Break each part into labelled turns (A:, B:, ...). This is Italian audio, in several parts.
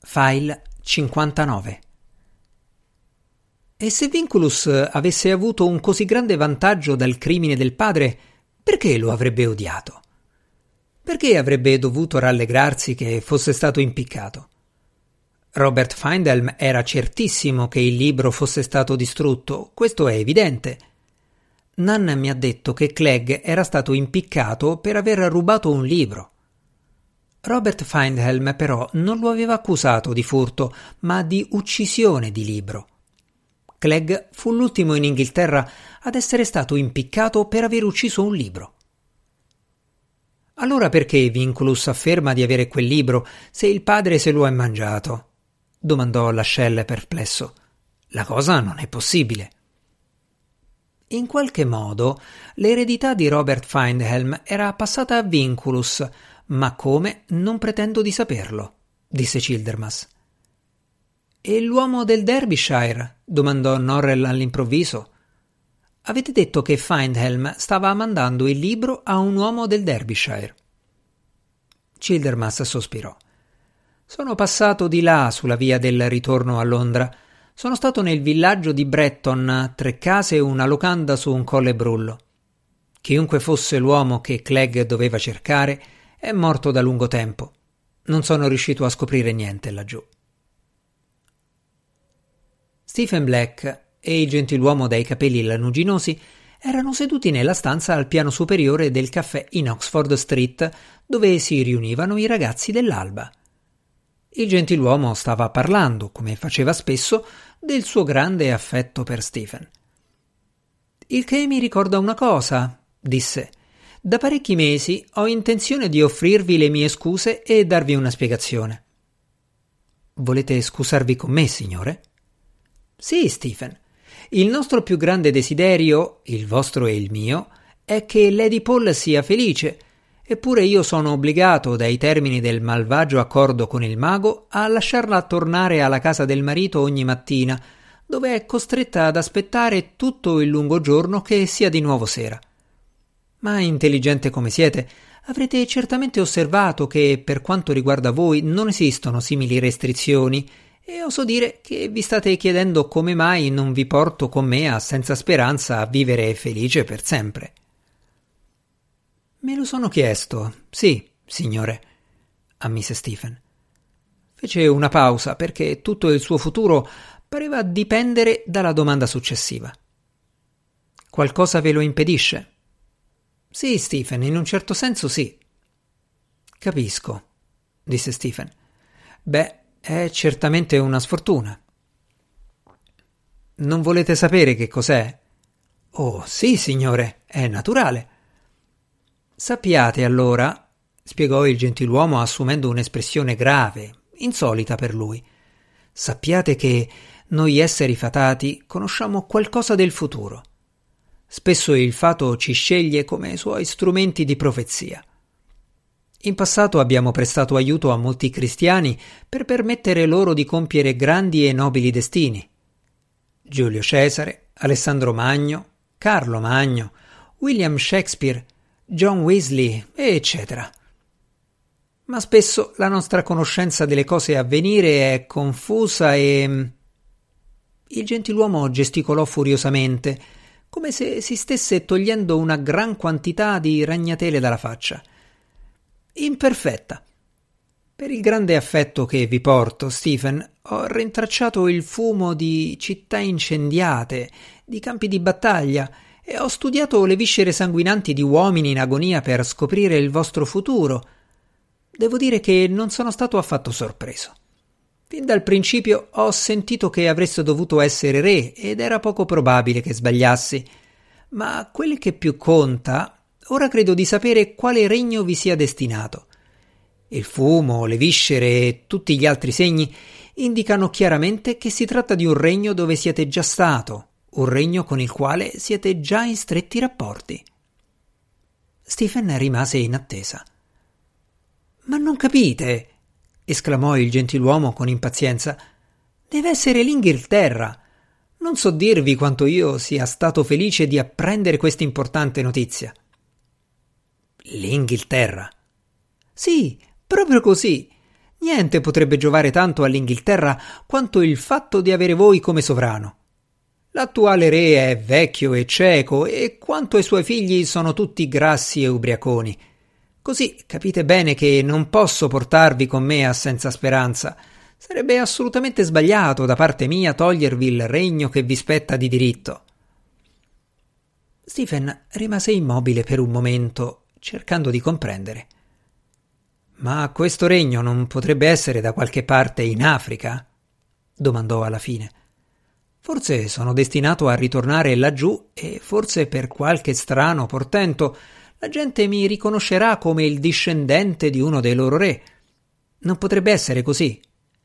A: File 59. E se Vinculus avesse avuto un così grande vantaggio dal crimine del padre, perché lo avrebbe odiato? Perché avrebbe dovuto rallegrarsi che fosse stato impiccato? Robert Feindhelm era certissimo che il libro fosse stato distrutto, questo è evidente. Nan mi ha detto che Clegg era stato impiccato per aver rubato un libro. Robert Feindhelm però non lo aveva accusato di furto, ma di uccisione di libro. Clegg fu l'ultimo in Inghilterra ad essere stato impiccato per aver ucciso un libro. Allora perché Vinculus afferma di avere quel libro se il padre se lo è mangiato? Domandò Lascelles perplesso. La cosa non è possibile. In qualche modo l'eredità di Robert Feindhelm era passata a Vinculus, ma come non pretendo di saperlo, disse Childermas. E l'uomo del Derbyshire? Domandò Norrell all'improvviso. Avete detto che Feindhelm stava mandando il libro a un uomo del Derbyshire. Childermas sospirò. Sono passato di là sulla via del ritorno a Londra. Sono stato nel villaggio di Bretton, 3 case e una locanda su un colle brullo. Chiunque fosse l'uomo che Clegg doveva cercare è morto da lungo tempo. Non sono riuscito a scoprire niente laggiù. Stephen Black e il gentiluomo dai capelli lanuginosi erano seduti nella stanza al piano superiore del caffè in Oxford Street, dove si riunivano i ragazzi dell'alba. Il gentiluomo stava parlando, come faceva spesso, del suo grande affetto per Stephen. «Il che mi ricorda una cosa», disse. «Da parecchi mesi ho intenzione di offrirvi le mie scuse e darvi una spiegazione». «Volete scusarvi con me, signore?» «Sì, Stephen. Il nostro più grande desiderio, il vostro e il mio, è che Lady Paul sia felice, eppure io sono obbligato dai termini del malvagio accordo con il mago a lasciarla tornare alla casa del marito ogni mattina, dove è costretta ad aspettare tutto il lungo giorno che sia di nuovo sera. Ma intelligente come siete, avrete certamente osservato che per quanto riguarda voi non esistono simili restrizioni, e oso dire che vi state chiedendo come mai non vi porto con me a Senza Speranza a vivere felice per sempre. Me lo sono chiesto, sì, signore, ammise Stephen. Fece una pausa perché tutto il suo futuro pareva dipendere dalla domanda successiva. Qualcosa ve lo impedisce? Sì, Stephen, in un certo senso sì. Capisco, disse Stephen. Beh, è certamente una sfortuna. Non volete sapere che cos'è? Oh, sì, signore, è naturale. Sappiate allora, spiegò il gentiluomo assumendo un'espressione grave, insolita per lui. Sappiate che noi esseri fatati conosciamo qualcosa del futuro. Spesso il fato ci sceglie come suoi strumenti di profezia. In passato abbiamo prestato aiuto a molti cristiani per permettere loro di compiere grandi e nobili destini. Giulio Cesare, Alessandro Magno, Carlo Magno, William Shakespeare, John Wesley, eccetera. Ma spesso la nostra conoscenza delle cose a venire è confusa e... Il gentiluomo gesticolò furiosamente, come se si stesse togliendo una gran quantità di ragnatele dalla faccia. Imperfetta. Per il grande affetto che vi porto, Stephen, ho rintracciato il fumo di città incendiate, di campi di battaglia, e ho studiato le viscere sanguinanti di uomini in agonia per scoprire il vostro futuro. Devo dire che non sono stato affatto sorpreso. Fin dal principio ho sentito che avreste dovuto essere re ed era poco probabile che sbagliassi. Ma quel che più conta, ora credo di sapere quale regno vi sia destinato. Il fumo, le viscere e tutti gli altri segni indicano chiaramente che si tratta di un regno dove siete già stato, un regno con il quale siete già in stretti rapporti. Stephen rimase in attesa. «Ma non capite!» esclamò il gentiluomo con impazienza. «Deve essere l'Inghilterra. Non so dirvi quanto io sia stato felice di apprendere questa importante notizia». «L'Inghilterra?» «Sì, proprio così. Niente potrebbe giovare tanto all'Inghilterra quanto il fatto di avere voi come sovrano. L'attuale re è vecchio e cieco e quanto ai suoi figli sono tutti grassi e ubriaconi. Così capite bene che non posso portarvi con me a Senza Speranza. Sarebbe assolutamente sbagliato da parte mia togliervi il regno che vi spetta di diritto. Stephen rimase immobile per un momento, cercando di comprendere. Ma questo regno non potrebbe essere da qualche parte in Africa? Domandò alla fine. Forse sono destinato a ritornare laggiù e forse per qualche strano portento la gente mi riconoscerà come il discendente di uno dei loro re. Non potrebbe essere così?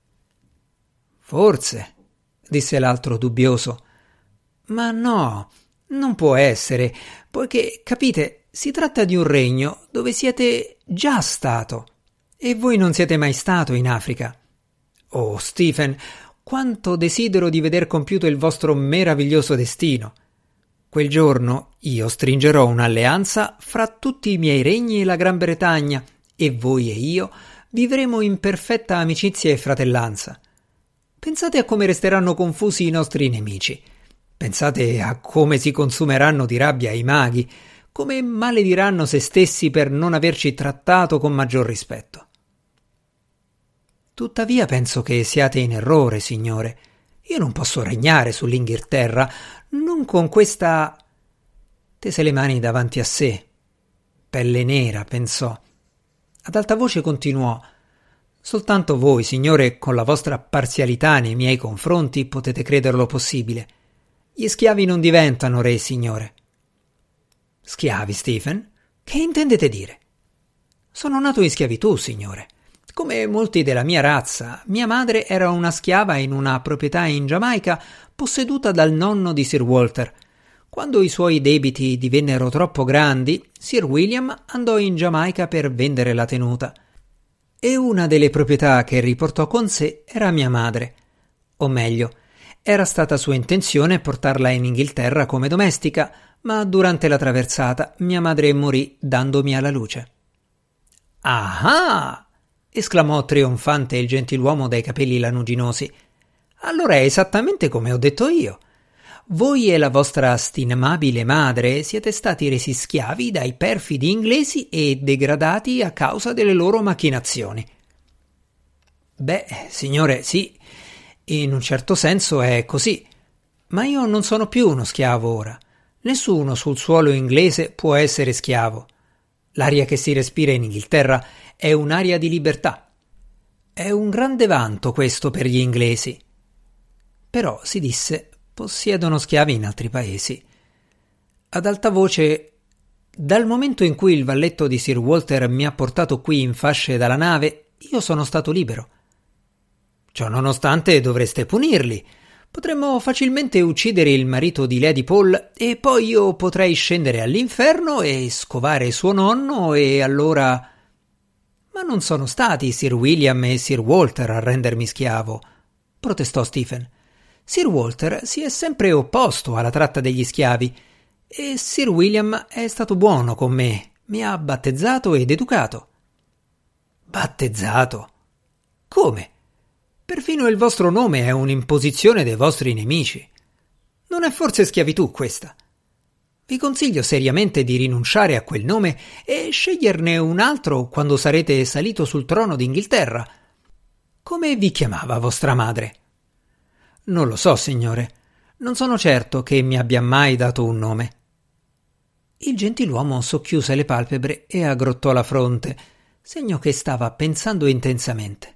A: Forse, disse l'altro dubbioso. Ma no, non può essere, poiché, capite, si tratta di un regno dove siete già stato e voi non siete mai stato in Africa. Oh, Stephen, quanto desidero di veder compiuto il vostro meraviglioso destino. Quel giorno io stringerò un'alleanza fra tutti i miei regni e la Gran Bretagna e voi e io vivremo in perfetta amicizia e fratellanza. Pensate a come resteranno confusi i nostri nemici. Pensate a come si consumeranno di rabbia i maghi, come malediranno se stessi per non averci trattato con maggior rispetto. Tuttavia penso che siate in errore, signore. Io non posso regnare sull'Inghilterra, non con questa... Tese le mani davanti a sé. Pelle nera, pensò. Ad alta voce continuò. Soltanto voi, signore, con la vostra parzialità nei miei confronti, potete crederlo possibile. Gli schiavi non diventano re, signore. Schiavi, Stephen? Che intendete dire? Sono nato in schiavitù, signore. Come molti della mia razza, mia madre era una schiava in una proprietà in Giamaica posseduta dal nonno di Sir Walter. Quando i suoi debiti divennero troppo grandi, Sir William andò in Giamaica per vendere la tenuta. E una delle proprietà che riportò con sé era mia madre. O meglio, era stata sua intenzione portarla in Inghilterra come domestica, ma durante la traversata mia madre morì dandomi alla luce. Ah! Esclamò trionfante il gentiluomo dai capelli lanuginosi. Allora è esattamente come ho detto io. Voi e la vostra stimabile madre siete stati resi schiavi dai perfidi inglesi e degradati a causa delle loro macchinazioni. Beh, signore, sì, in un certo senso è così. Ma io non sono più uno schiavo ora. Nessuno sul suolo inglese può essere schiavo. L'aria che si respira in Inghilterra è un'aria di libertà. È un grande vanto questo per gli inglesi. Però, si disse, possiedono schiavi in altri paesi. Ad alta voce, dal momento in cui il valletto di Sir Walter mi ha portato qui in fasce dalla nave, io sono stato libero. Ciò nonostante dovreste punirli. Potremmo facilmente uccidere il marito di Lady Paul e poi io potrei scendere all'inferno e scovare suo nonno e allora... Ma non sono stati Sir William e Sir Walter a rendermi schiavo, protestò Stephen. Sir Walter si è sempre opposto alla tratta degli schiavi e Sir William è stato buono con me, mi ha battezzato ed educato. Battezzato? Come? Perfino il vostro nome è un'imposizione dei vostri nemici. Non è forse schiavitù questa? Vi consiglio seriamente di rinunciare a quel nome e sceglierne un altro quando sarete salito sul trono d'Inghilterra. Come vi chiamava vostra madre? Non lo so, signore. Non sono certo che mi abbia mai dato un nome. Il gentiluomo socchiuse le palpebre e aggrottò la fronte, segno che stava pensando intensamente.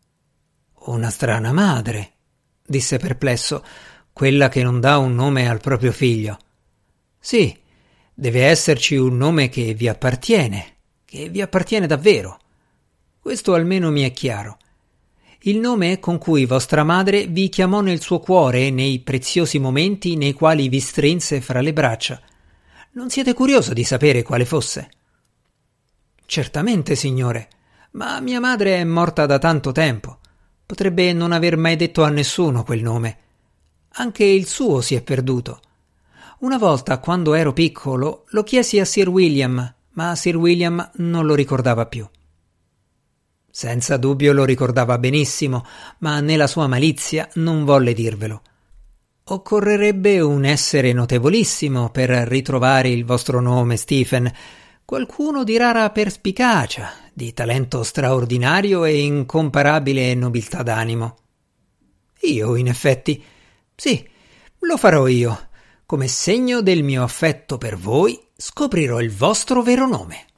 A: Una strana madre, disse perplesso, quella che non dà un nome al proprio figlio. Sì, deve esserci un nome che vi appartiene davvero. Questo almeno mi è chiaro. Il nome con cui vostra madre vi chiamò nel suo cuore nei preziosi momenti nei quali vi strinse fra le braccia. Non siete curioso di sapere quale fosse? Certamente, signore, ma mia madre è morta da tanto tempo. Potrebbe non aver mai detto a nessuno quel nome. Anche il suo si è perduto. Una volta, quando ero piccolo, lo chiesi a Sir William, ma Sir William non lo ricordava più. Senza dubbio lo ricordava benissimo, ma nella sua malizia non volle dirvelo. Occorrerebbe un essere notevolissimo per ritrovare il vostro nome, Stephen, qualcuno di rara perspicacia, di talento straordinario e incomparabile nobiltà d'animo. Io, in effetti, sì, lo farò io. Come segno del mio affetto per voi, scoprirò il vostro vero nome.